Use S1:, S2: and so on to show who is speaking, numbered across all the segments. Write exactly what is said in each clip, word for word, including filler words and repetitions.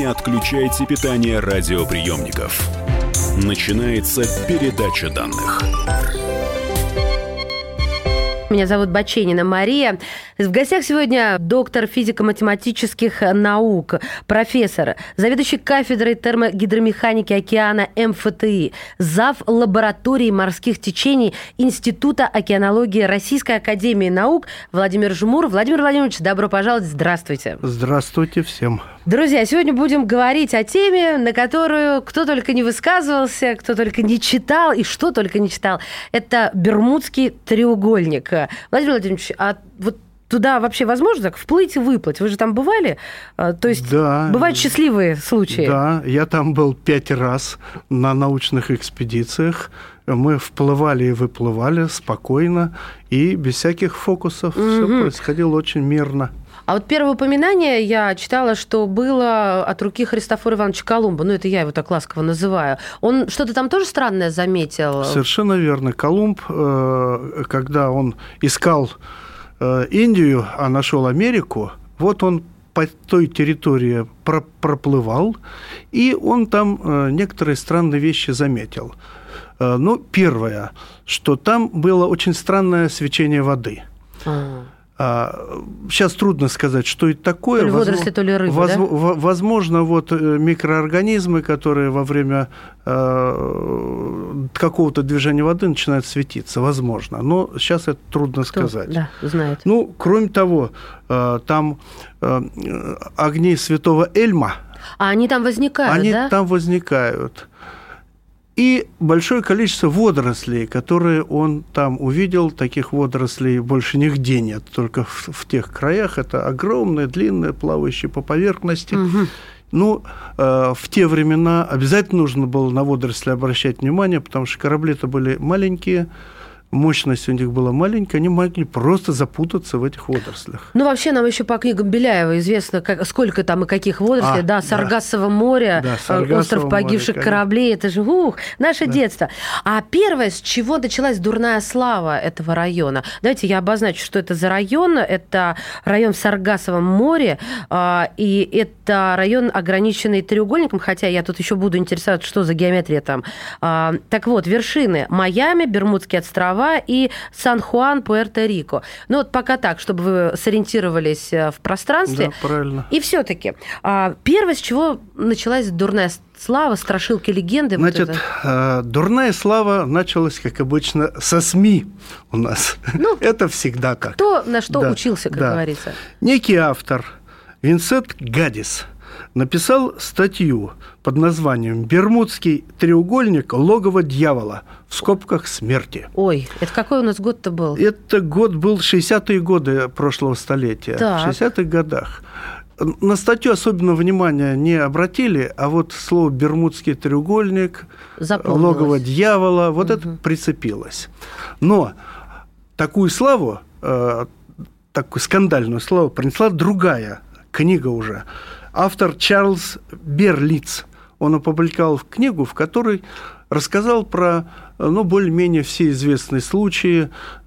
S1: отключайте питание радиоприемников. Начинается передача данных.
S2: Меня зовут Баченина Мария. В гостях сегодня доктор физико-математических наук, профессор, заведующий кафедрой термогидромеханики океана эм эф тэ и, зав. Лаборатории морских течений Института океанологии Российской академии наук Владимир Жмур. Владимир Владимирович, добро пожаловать, здравствуйте.
S3: Здравствуйте всем.
S2: Друзья, сегодня будем говорить о теме, на которую кто только не высказывался, кто только не читал и что только не читал. Это Бермудский треугольник. Владимир Владимирович, а вот туда вообще возможно так вплыть и выплыть? Вы же там бывали? То есть да, бывают счастливые случаи?
S3: Да, я там был пять раз на научных экспедициях. Мы вплывали и выплывали спокойно и без всяких фокусов. Угу. Все происходило очень мирно.
S2: А вот первое упоминание я читала, что было от руки Христофора Ивановича Колумба. Ну, это я его так ласково называю. Он что-то там тоже странное заметил?
S3: Совершенно верно. Колумб, когда он искал Индию, а нашел Америку, вот он по той территории проплывал, и он там некоторые странные вещи заметил. Ну, первое, что там было очень странное свечение воды. А. Сейчас трудно сказать, что это такое.
S2: То ли водоросли, то ли рыбы,
S3: Воз...
S2: да?
S3: Возможно, вот микроорганизмы, которые во время э, какого-то движения воды начинают светиться. Возможно. Но сейчас это трудно
S2: Кто?
S3: сказать.
S2: Да, знает.
S3: Ну, кроме того, э, там э, огни святого Эльма.
S2: А они там возникают,
S3: они
S2: да?
S3: Они там возникают. И большое количество водорослей, которые он там увидел, таких водорослей больше нигде нет, только в, в тех краях. Это огромные, длинные, плавающие по поверхности. Угу. Ну, э, в те времена обязательно нужно было на водоросли обращать внимание, потому что корабли-то были маленькие, мощность у них была маленькая, они могли просто запутаться в этих водорослях.
S2: Ну, вообще, нам еще по книгам Беляева известно, как, сколько там и каких водорослей. А, да, Саргассово да. море, да, Саргассово остров погибших море, кораблей. Это же, ух, наше да. детство. А первое, с чего началась дурная слава этого района? Давайте я обозначу, что это за район. Это район в Саргассовом море, и это район, ограниченный треугольником, хотя я тут еще буду интересоваться, что за геометрия там. Так вот, вершины Майами, Бермудские острова и Сан-Хуан, Пуэрто-Рико. Ну вот пока так, чтобы вы сориентировались в пространстве.
S3: Да, правильно.
S2: И все-таки первое, с чего началась дурная слава, страшилки, легенды?
S3: Значит,
S2: вот это?
S3: Дурная слава началась, как обычно, со СМИ у нас. Ну, это всегда так.
S2: Кто на что да, учился, как
S3: да.
S2: говорится.
S3: Некий автор Винсент Гаддис написал статью под названием «Бермудский треугольник. Логово дьявола. В скобках смерти».
S2: Ой, это какой у нас год-то был?
S3: Это год был шестидесятые годы прошлого столетия. Так. В шестидесятых годах. На статью особенно внимания не обратили, а вот слово «Бермудский треугольник», «Логово дьявола», вот угу. это прицепилось. Но такую славу, такую скандальную славу принесла другая книга уже. Автор Чарльз Берлиц. Он опубликовал книгу, в которой рассказал про, ну, более-менее все известные случаи,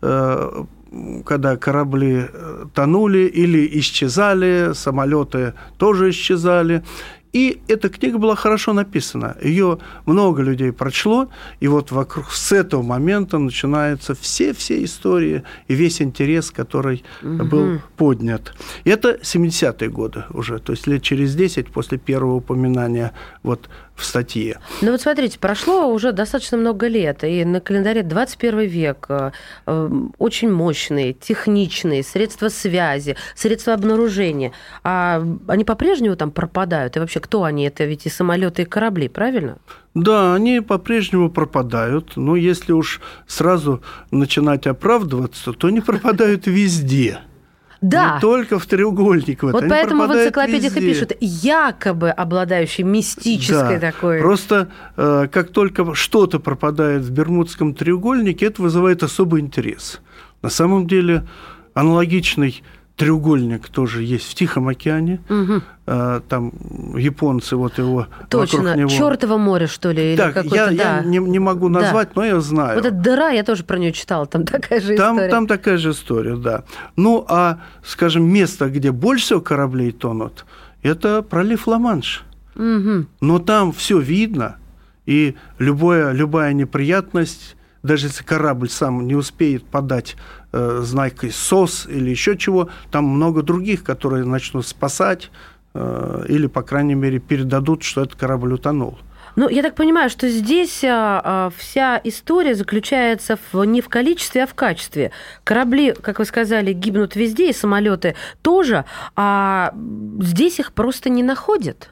S3: когда корабли тонули или исчезали, самолеты тоже исчезали. И эта книга была хорошо написана. Ее много людей прочло, и вот вокруг с этого момента начинаются все-все истории и весь интерес, который угу. был поднят. И это семидесятые годы уже, то есть лет через десять после первого упоминания вот в статье.
S2: Ну вот смотрите, прошло уже достаточно много лет, и на календаре двадцать первый век очень мощные, техничные средства связи, средства обнаружения. А они по-прежнему там пропадают? И вообще, кто они? Это ведь и самолеты, и корабли, правильно?
S3: Да, они по-прежнему пропадают, но если уж сразу начинать оправдываться, то они пропадают везде.
S2: Да.
S3: Не только в треугольник.
S2: Вот
S3: они
S2: поэтому в энциклопедиях
S3: везде.
S2: И пишут, якобы обладающий мистической
S3: да.
S2: такой...
S3: Просто э, как только что-то пропадает в Бермудском треугольнике, это вызывает особый интерес. На самом деле аналогичный треугольник тоже есть в Тихом океане. Угу. Там японцы, вот его
S2: точно.
S3: Вокруг него...
S2: Чёртово море, что ли? Или
S3: так,
S2: какое-то,
S3: я,
S2: да.
S3: я не, не могу назвать, да. но я знаю.
S2: Вот эта дыра, я тоже про нее читала, там такая же
S3: там,
S2: история.
S3: Там такая же история, да. Ну, а, скажем, место, где больше всего кораблей тонут, это пролив Ла-Манш.
S2: Угу.
S3: Но там все видно, и любая, любая неприятность, даже если корабль сам не успеет подать э, знак СОС или еще чего, там много других, которые начнут спасать э, или, по крайней мере, передадут, что этот корабль утонул.
S2: Ну, я так понимаю, что здесь а, вся история заключается в, не в количестве, а в качестве. Корабли, как вы сказали, гибнут везде, и самолеты тоже, а здесь их просто не находят.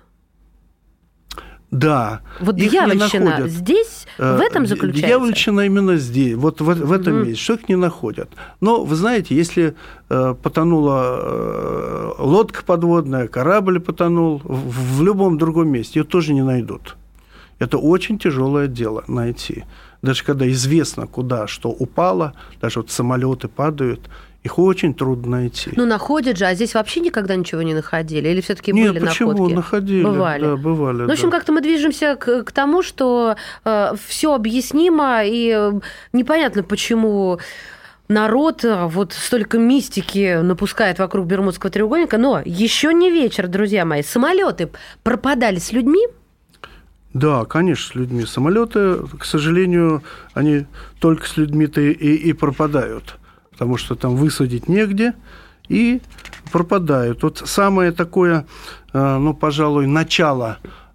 S3: Да.
S2: Вот дьявольщина здесь, в этом заключается?
S3: Дьявольщина именно здесь, вот в, в этом mm-hmm. месте, что их не находят. Но, вы знаете, если э, потонула э, лодка подводная, корабль потонул, в, в любом другом месте ее тоже не найдут. Это очень тяжелое дело найти. Даже когда известно, куда что упало, даже вот самолеты падают, их очень трудно найти.
S2: Ну, находят же, а здесь вообще никогда ничего не находили? Или все-таки были
S3: Нет, почему?
S2: находки?
S3: Находили.
S2: Бывали.
S3: Да, бывали.
S2: Ну, в общем,
S3: да.
S2: как-то мы движемся к, к тому, что э, все объяснимо, и э, непонятно, почему народ вот столько мистики напускает вокруг Бермудского треугольника. Но еще не вечер, друзья мои. Самолеты пропадали с людьми?
S3: Да, конечно, с людьми. Самолеты, к сожалению, они только с людьми-то и, и пропадают, потому что там высадить негде, и пропадают. Вот самое такое, ну, пожалуй, начало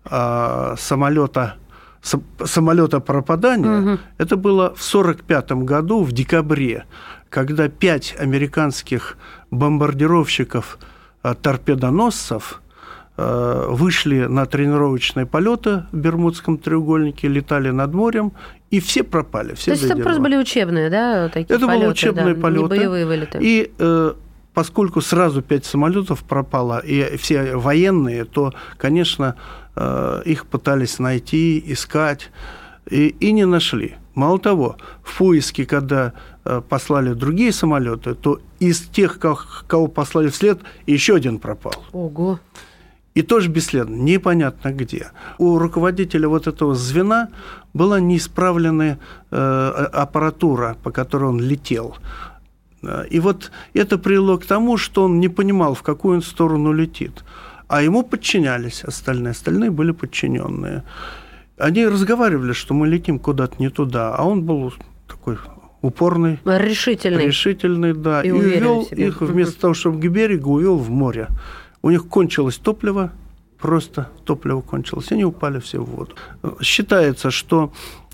S3: самолета, самолета пропадания, угу. это было в сорок пятом году, в декабре, когда пять американских бомбардировщиков торпедоносцев вышли на тренировочные полеты в Бермудском треугольнике, летали над морем, и все пропали. Все
S2: То есть это просто были учебные, да, такие
S3: это
S2: полеты?
S3: Это были учебные
S2: да,
S3: полеты.
S2: Не боевые вылеты.
S3: И э, поскольку сразу пять самолетов пропало, и все военные, то, конечно, э, их пытались найти, искать, и, и не нашли. Мало того, в поиске, когда э, послали другие самолеты, то из тех, кого послали вслед, еще один пропал.
S2: Ого!
S3: И тоже бесследно, непонятно где. У руководителя вот этого звена была неисправленная э, аппаратура, по которой он летел. И вот это привело к тому, что он не понимал, в какую он сторону летит. А ему подчинялись остальные. Остальные были подчиненные. Они разговаривали, что мы летим куда-то не туда, а он был такой упорный.
S2: Решительный.
S3: Решительный, да.
S2: И,
S3: и увел их, вместо того, чтобы к берегу, увел в море. У них кончилось топливо, просто топливо кончилось, и они упали все в воду. Считается, что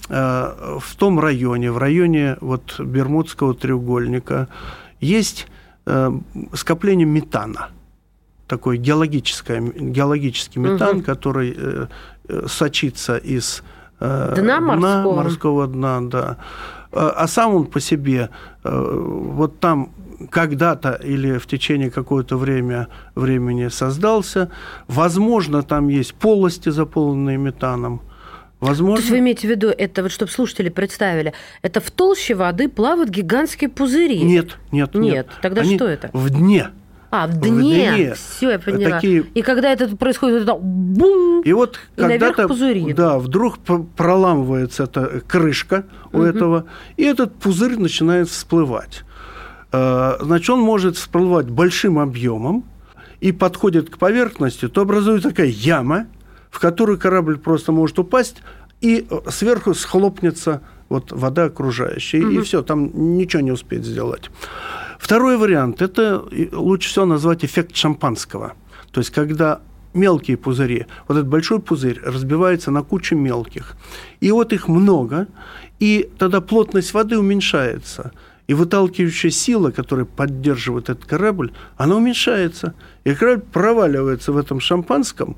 S3: э, в том районе, в районе вот Бермудского треугольника, есть э, скопление метана, такой геологическое, геологический метан, угу. который э, сочится из э,
S2: дна морского.
S3: дна, морского дна, да. А сам он по себе, вот там когда-то или в течение какого-то время, времени создался. Возможно, там есть полости, заполненные метаном. Возможно...
S2: То есть вы имеете в виду, это вот, чтобы слушатели представили, это в толще воды плавают гигантские пузыри?
S3: Нет, нет, нет.
S2: Нет, тогда
S3: Они
S2: что это?
S3: В дне.
S2: А, в дне.
S3: В дне.
S2: Все, я поняла.
S3: Такие...
S2: И когда это происходит, это бум,
S3: и вот
S2: и наверх
S3: когда-то,
S2: пузыри.
S3: Да, вдруг проламывается эта крышка у угу. этого, и этот пузырь начинает всплывать. Значит, он может всплывать большим объемом и подходит к поверхности, то образуется такая яма, в которую корабль просто может упасть, и сверху схлопнется вот вода окружающая, угу. и все, там ничего не успеет сделать. Второй вариант – это лучше всего назвать эффект шампанского. То есть, когда мелкие пузыри, вот этот большой пузырь разбивается на кучу мелких, и вот их много, и тогда плотность воды уменьшается, и выталкивающая сила, которая поддерживает этот корабль, она уменьшается, и корабль проваливается в этом шампанском.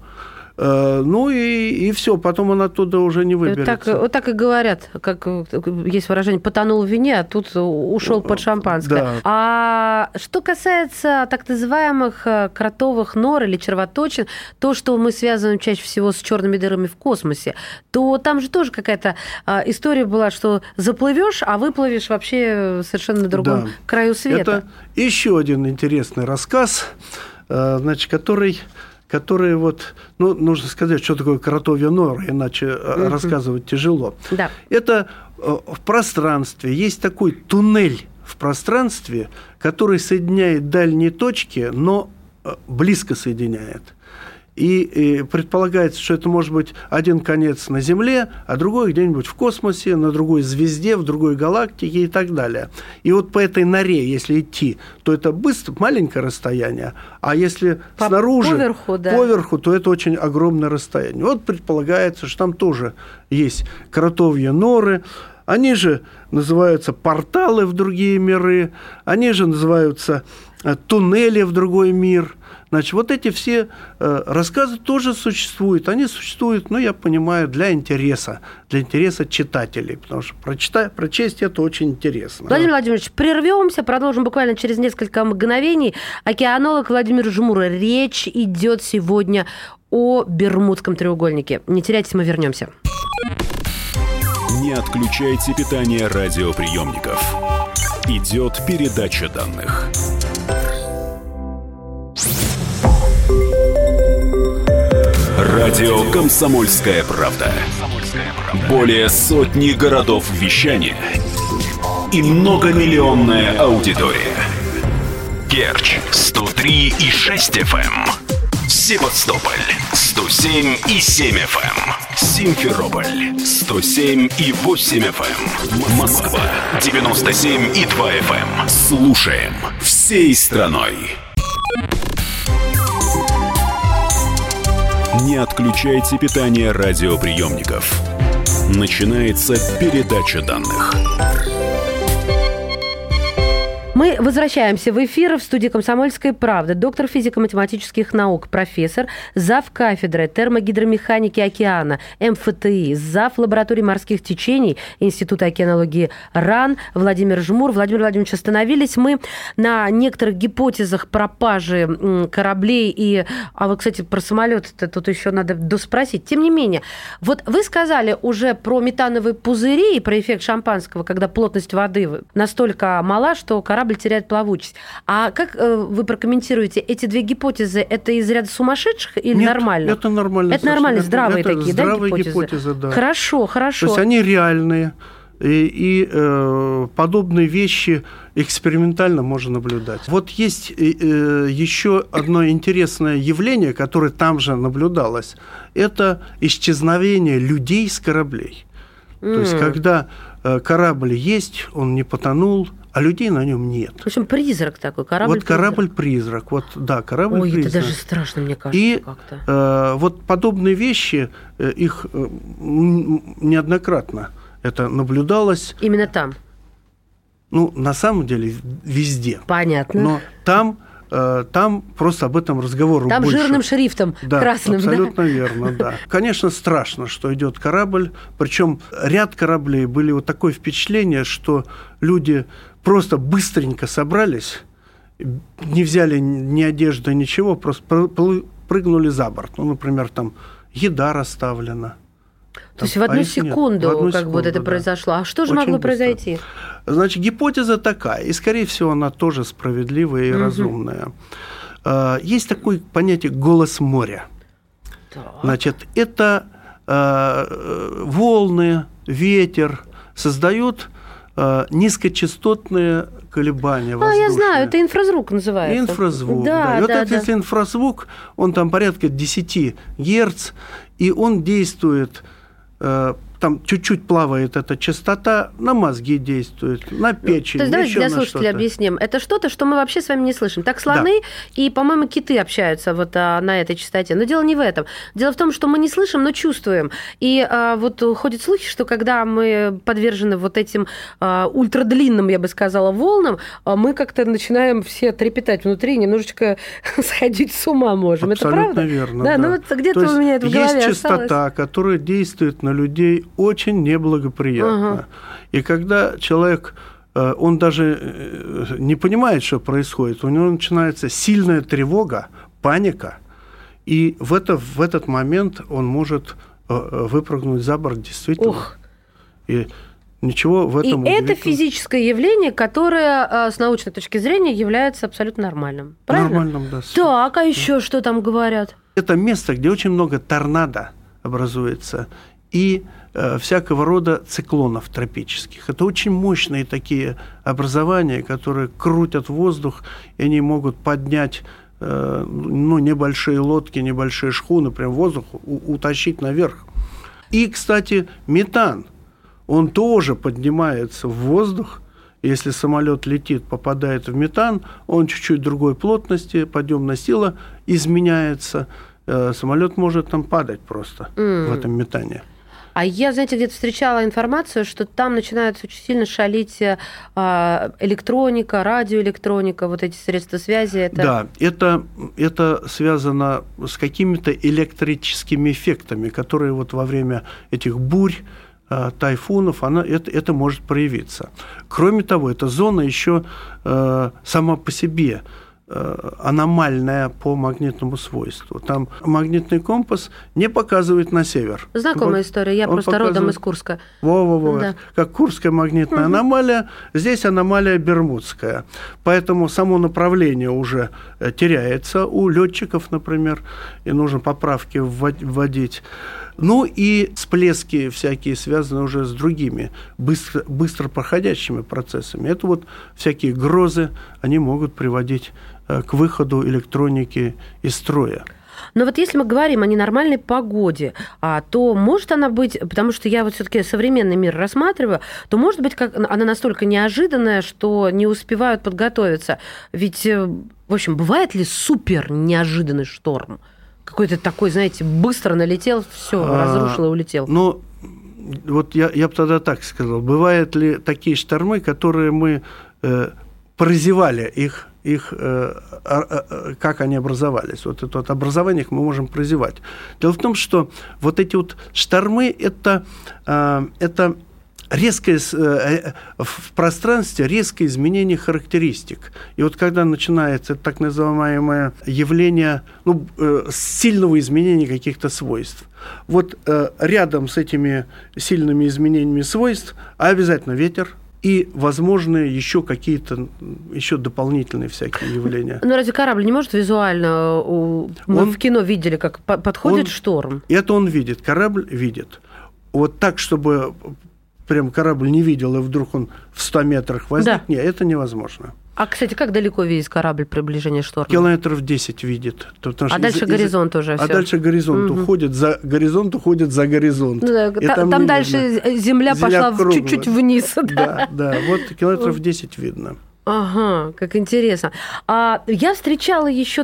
S3: Ну и, и все, потом он оттуда уже не выберется.
S2: Так, вот так и говорят, как есть выражение, потонул в вине, а тут ушел под шампанское.
S3: Да.
S2: А что касается так называемых кротовых нор или червоточин, то, что мы связываем чаще всего с черными дырами в космосе, то там же тоже какая-то история была, что заплывешь, а выплывешь вообще совершенно на другом да. краю света.
S3: Это еще один интересный рассказ, значит, который... которые вот, ну, нужно сказать, что такое кротовья нора, иначе uh-huh. рассказывать тяжело.
S2: Да.
S3: Это в пространстве, есть такой туннель в пространстве, который соединяет дальние точки, но близко соединяет. И, и предполагается, что это может быть один конец на Земле, а другой где-нибудь в космосе, на другой звезде, в другой галактике и так далее. И вот по этой норе, если идти, то это быстро, маленькое расстояние, а если по, снаружи, поверху, да. поверху, то это очень огромное расстояние. Вот предполагается, что там тоже есть кротовьи норы. Они же называются порталы в другие миры, они же называются туннели в другой мир. Значит, вот эти все э, рассказы тоже существуют. Они существуют, ну, я понимаю, для интереса, для интереса читателей, потому что прочитать, прочесть это очень интересно.
S2: Владимир Владимирович, прервемся, продолжим буквально через несколько мгновений. Океанолог Владимир Жмур. Речь идет сегодня о Бермудском треугольнике. Не теряйтесь, мы вернемся.
S1: Не отключайте питание радиоприемников. Идет передача данных. Радио «Комсомольская правда». Более сотни городов вещания и многомиллионная аудитория. Керчь сто три и шесть эф эм, Севастополь сто семь и семь эф эм, Симферополь сто семь и восемь эф эм, Москва девяносто семь и два эф эм. Слушаем всей страной. Не отключайте питание радиоприемников. Начинается передача данных.
S2: Мы возвращаемся в эфир. В студии «Комсомольской правды» доктор физико-математических наук, профессор, зав. Кафедры термогидромеханики океана эм эф тэ и, зав. Лаборатории морских течений Института океанологии РАН Владимир Жмур. Владимир Владимирович, остановились мы на некоторых гипотезах пропажи кораблей. И, а вот, кстати, про самолет-то тут еще надо доспросить. Тем не менее, вот вы сказали уже про метановые пузыри и про эффект шампанского, когда плотность воды настолько мала, что корабль теряет плавучесть. А как э, вы прокомментируете эти две гипотезы? Это из ряда сумасшедших или
S3: Нет,
S2: нормально?
S3: это нормально.
S2: Это нормально,
S3: это,
S2: здравые
S3: это
S2: такие,
S3: здравые
S2: да, гипотезы?
S3: гипотезы, да.
S2: Хорошо, хорошо.
S3: То есть они реальные, и, и э, подобные вещи экспериментально можно наблюдать. Вот есть э, еще одно интересное явление, которое там же наблюдалось. Это исчезновение людей с кораблей. Mm. То есть когда э, корабль есть, он не потонул, а людей на нем нет.
S2: В общем, призрак такой, корабль.
S3: Вот корабль-призрак, вот, да, корабль-призрак.
S2: Ой, это даже страшно, мне кажется,
S3: и,
S2: как-то.
S3: Э, вот подобные вещи, э, их э, неоднократно это наблюдалось.
S2: Именно там?
S3: Ну, на самом деле, везде.
S2: Понятно.
S3: Но там, э, там просто об этом разговору
S2: там
S3: больше.
S2: Там жирным шрифтом,
S3: да,
S2: красным.
S3: Абсолютно
S2: да?
S3: верно, да. Конечно, страшно, что идет корабль. Причем ряд кораблей были вот такое впечатление, что люди просто быстренько собрались, не взяли ни одежды, ничего, просто прыгнули за борт. Ну, например, там еда расставлена.
S2: То есть в одну секунду, в одну как секунду, вот это да. произошло. А что же Очень могло быстро. произойти?
S3: Значит, гипотеза такая, и, скорее всего, она тоже справедливая и угу. разумная. Есть такое понятие «голос моря». Так. Значит, это волны, ветер создают низкочастотные колебания воздушные.
S2: А, я знаю, это инфразвук называется.
S3: Инфразвук, да. да. И вот да, этот да. инфразвук, он там порядка десять герц, и он действует, э, там чуть-чуть плавает эта частота, на мозги действует, на печень.
S2: То есть давайте для слушателей объясним. Это что-то, что мы вообще с вами не слышим. Так слоны да. и, по-моему, киты общаются вот а, на этой частоте. Но дело не в этом. Дело в том, что мы не слышим, но чувствуем. И а, вот ходят слухи, что когда мы подвержены вот этим а, ультрадлинным, я бы сказала, волнам, а, мы как-то начинаем все трепетать внутри, немножечко сходить с ума можем.
S3: Абсолютно
S2: это правда?
S3: верно.
S2: Да,
S3: да.
S2: ну вот где-то у меня это в голове
S3: есть частота,
S2: осталось.
S3: Которая действует на людей очень неблагоприятно. Ага. И когда человек, он даже не понимает, что происходит, у него начинается сильная тревога, паника, и в, это, в этот момент он может выпрыгнуть за борт действительно.
S2: Ох.
S3: И ничего в этом...
S2: И это физическое явление, которое с научной точки зрения является абсолютно нормальным. Правильно?
S3: Нормальным, да.
S2: Так, а еще да. что там говорят?
S3: Это место, где очень много торнадо образуется, и э, всякого рода циклонов тропических. Это очень мощные такие образования, которые крутят воздух, и они могут поднять ну, небольшие лодки, небольшие шхуны, прям в воздух утащить наверх. И, кстати, метан, он тоже поднимается в воздух. Если самолет летит, попадает в метан, он чуть-чуть другой плотности, подъемная сила изменяется, самолет может там падать просто mm. в этом метане.
S2: А я, знаете, где-то встречала информацию, что там начинает очень сильно шалить электроника, радиоэлектроника, вот эти средства связи. Это...
S3: Да, это, это связано с какими-то электрическими эффектами, которые вот во время этих бурь, тайфунов, она, это, это может проявиться. Кроме того, эта зона еще э, сама по себе э, аномальная по магнитному свойству. Там магнитный компас не показывает на север.
S2: Знакомая
S3: вот,
S2: история, я просто показывает... родом из Курска.
S3: Во-во-во, да. Как Курская магнитная угу. аномалия, здесь аномалия Бермудская. Поэтому само направление уже теряется у летчиков, например, и нужно поправки вводить. Ну и всплески всякие связаны уже с другими быстро, быстро проходящими процессами. Это вот всякие грозы, они могут приводить к выходу электроники из строя.
S2: Но вот если мы говорим о ненормальной погоде, то может она быть, потому что я вот все-таки современный мир рассматриваю, то может быть как, она настолько неожиданная, что не успевают подготовиться. Ведь, в общем, бывает ли супер неожиданный шторм? Какой-то такой, знаете, быстро налетел, все, разрушил и улетел.
S3: Ну, вот я, я бы тогда так сказал. Бывают ли такие штормы, которые мы э, прозевали их, их э, э, как они образовались? Вот это вот образование их мы можем прозевать. Дело в том, что вот эти вот штормы, это, э, это резкое в пространстве резкое изменение характеристик. И вот когда начинается так называемое явление ну, сильного изменения каких-то свойств, вот рядом с этими сильными изменениями свойств обязательно ветер и возможные еще какие-то еще дополнительные всякие явления.
S2: Но разве корабль не может визуально... Мы он, в кино видели, как подходит
S3: он,
S2: шторм.
S3: Это он видит, корабль видит. Вот так, чтобы... прям корабль не видел, и вдруг он в ста метрах возник. Да. Нет, это невозможно.
S2: А, кстати, как далеко видит корабль приближение шторма?
S3: Километров десять видит.
S2: А дальше из, горизонт из, уже
S3: А
S2: всё.
S3: дальше горизонт угу. уходит, за горизонт уходит за горизонт.
S2: Ну, да, та, там там дальше видно. земля, земля пошла круглая. чуть-чуть вниз. Да,
S3: да, да. Вот километров десять видно.
S2: Ага, как интересно. А я встречала еще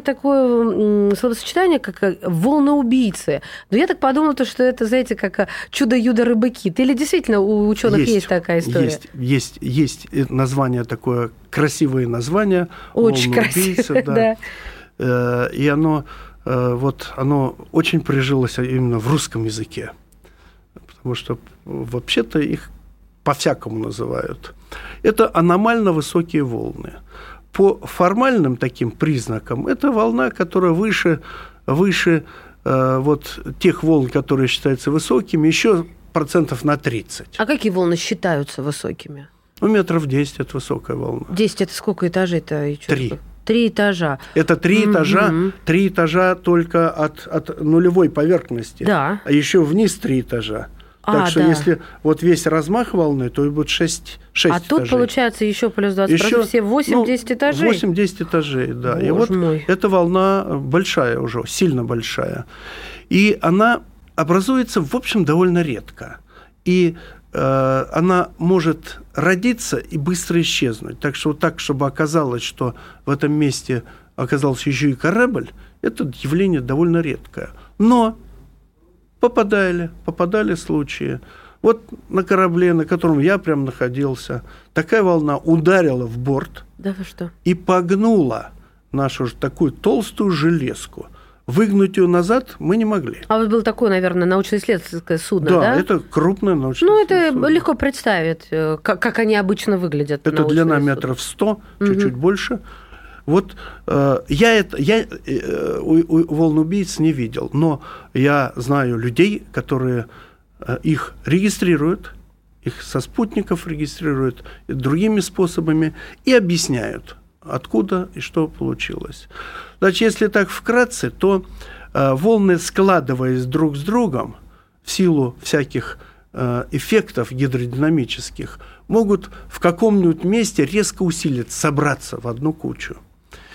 S2: такое словосочетание, как волноубийцы. Но я так подумала, что это, знаете, как чудо-юдо-рыбаки. Или действительно у ученых есть, есть такая история?
S3: Есть, есть, есть название такое, красивое название.
S2: Очень красивое, да.
S3: да. И оно, вот, оно очень прижилось именно в русском языке. Потому что вообще-то их по-всякому называют. Это аномально высокие волны. По формальным таким признакам, это волна, которая выше, выше э, вот тех волн, которые считаются высокими, еще процентов на тридцать.
S2: А какие волны считаются высокими?
S3: Ну, метров десять – это высокая волна.
S2: десять – это сколько этажей-то?
S3: Три.
S2: Три этажа.
S3: Это три mm-hmm. этажа, три этажа только от, от нулевой поверхности.
S2: Да.
S3: А еще вниз три этажа. Так а, что да. если вот весь размах волны, то и будет шесть, шесть
S2: а
S3: этажей.
S2: А тут получается еще плюс двадцать процентов, все восемь-десять ну, этажей?
S3: восемь-десять этажей, да.
S2: Боже
S3: и вот
S2: мой.
S3: эта волна большая уже, сильно большая. И она образуется, в общем, довольно редко. И э, она может родиться и быстро исчезнуть. Так что вот так, чтобы оказалось, что в этом месте оказался еще и корабль, это явление довольно редкое. Но Попадали, попадали случаи. Вот на корабле, на котором я прям находился, такая волна ударила в борт
S2: да вы что?
S3: И погнула нашу такую толстую железку. Выгнуть ее назад мы не могли.
S2: А вот было такое, наверное, научно-исследовательское судно, да?
S3: Да, это крупное научно-исследовательское судно.
S2: Ну, это легко представить, как, как они обычно выглядят.
S3: Это длина метров сто, чуть-чуть угу. больше. Вот э, я, это, я э, у, у волноубийц не видел, но я знаю людей, которые э, их регистрируют, их со спутников регистрируют и другими способами и объясняют, откуда и что получилось. Значит, если так вкратце, то э, волны, складываясь друг с другом в силу всяких э, эффектов гидродинамических, могут в каком-нибудь месте резко усилиться, собраться в одну кучу.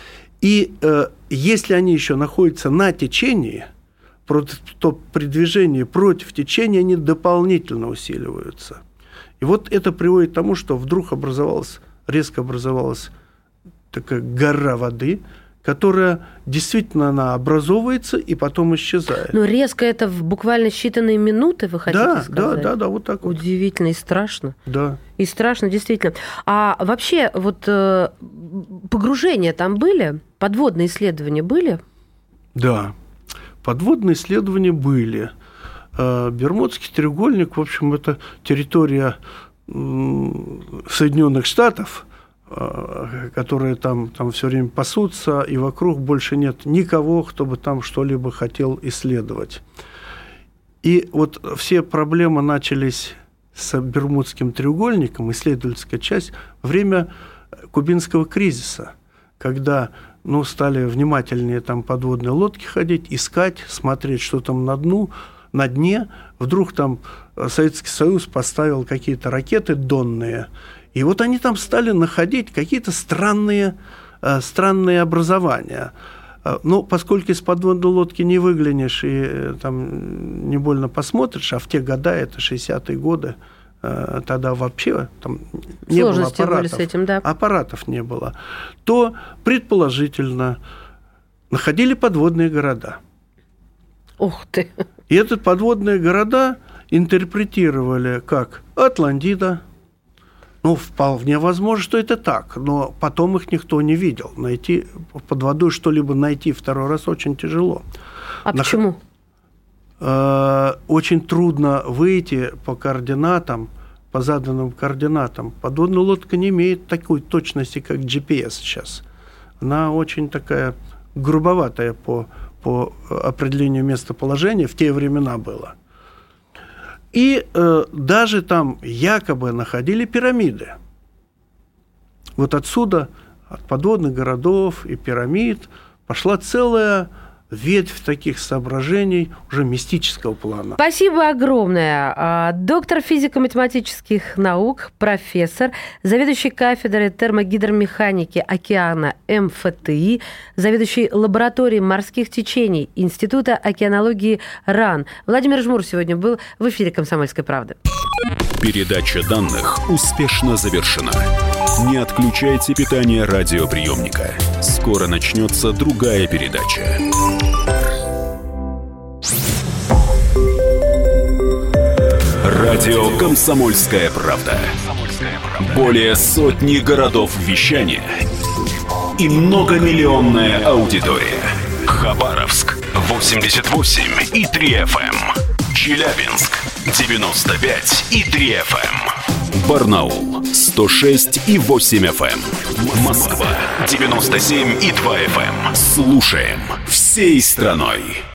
S3: И э, если они еще находятся на течении, то при движении против течения они дополнительно усиливаются. И вот это приводит к тому, что вдруг образовалась, резко образовалась такая гора воды, которая действительно она образовывается и потом исчезает.
S2: Ну, резко это в буквально считанные минуты, вы хотите
S3: да,
S2: сказать?
S3: Да, да, да, вот так вот.
S2: Удивительно и страшно.
S3: Да.
S2: И страшно, действительно. А вообще, вот погружения там были? Подводные исследования были?
S3: Да, подводные исследования были. Бермудский треугольник, в общем, это территория Соединенных Штатов, которые там, там все время пасутся, и вокруг больше нет никого, кто бы там что-либо хотел исследовать. И вот все проблемы начались с Бермудским треугольником, исследовательская часть, во время кубинского кризиса, когда ну, стали внимательнее там подводные лодки ходить, искать, смотреть, что там на дну, на дне. Вдруг там Советский Союз поставил какие-то ракеты донные, и вот они там стали находить какие-то странные, э, странные образования. Но поскольку из подводной лодки не выглянешь и э, там не больно посмотришь, а в те годы, это шестидесятые годы, э, тогда вообще там не было аппаратов,
S2: с этим, да.
S3: аппаратов не было, то предположительно находили подводные города.
S2: Ух ты!
S3: И эти подводные города интерпретировали как Атлантида. Ну, вполне возможно, что это так, но потом их никто не видел. Найти под водой что-либо найти второй раз очень тяжело.
S2: А На... почему?
S3: Очень трудно выйти по координатам, по заданным координатам. Подводная лодка не имеет такой точности, как джи пи эс сейчас. Она очень такая грубоватая по, по определению местоположения, в те времена была. И э, даже там якобы находили пирамиды. Вот отсюда, от подводных городов и пирамид, пошла целая ветвь таких соображений уже мистического плана.
S2: Спасибо огромное. Доктор физико-математических наук, профессор, заведующий кафедрой термогидромеханики океана эм эф тэ и, заведующий лабораторией морских течений Института океанологии РАН. Владимир Жмур сегодня был в эфире «Комсомольской правды».
S1: Передача данных успешно завершена. Не отключайте питание радиоприемника. Скоро начнется другая передача. Радио «Комсомольская правда». Более сотни городов вещания и многомиллионная аудитория. Хабаровск восемьдесят восемь и три эф эм. Челябинск девяносто пять и три эф эм. Барнаул сто шесть и восемь эф эм. Москва девяносто семь и два эф эм. Слушаем всей страной.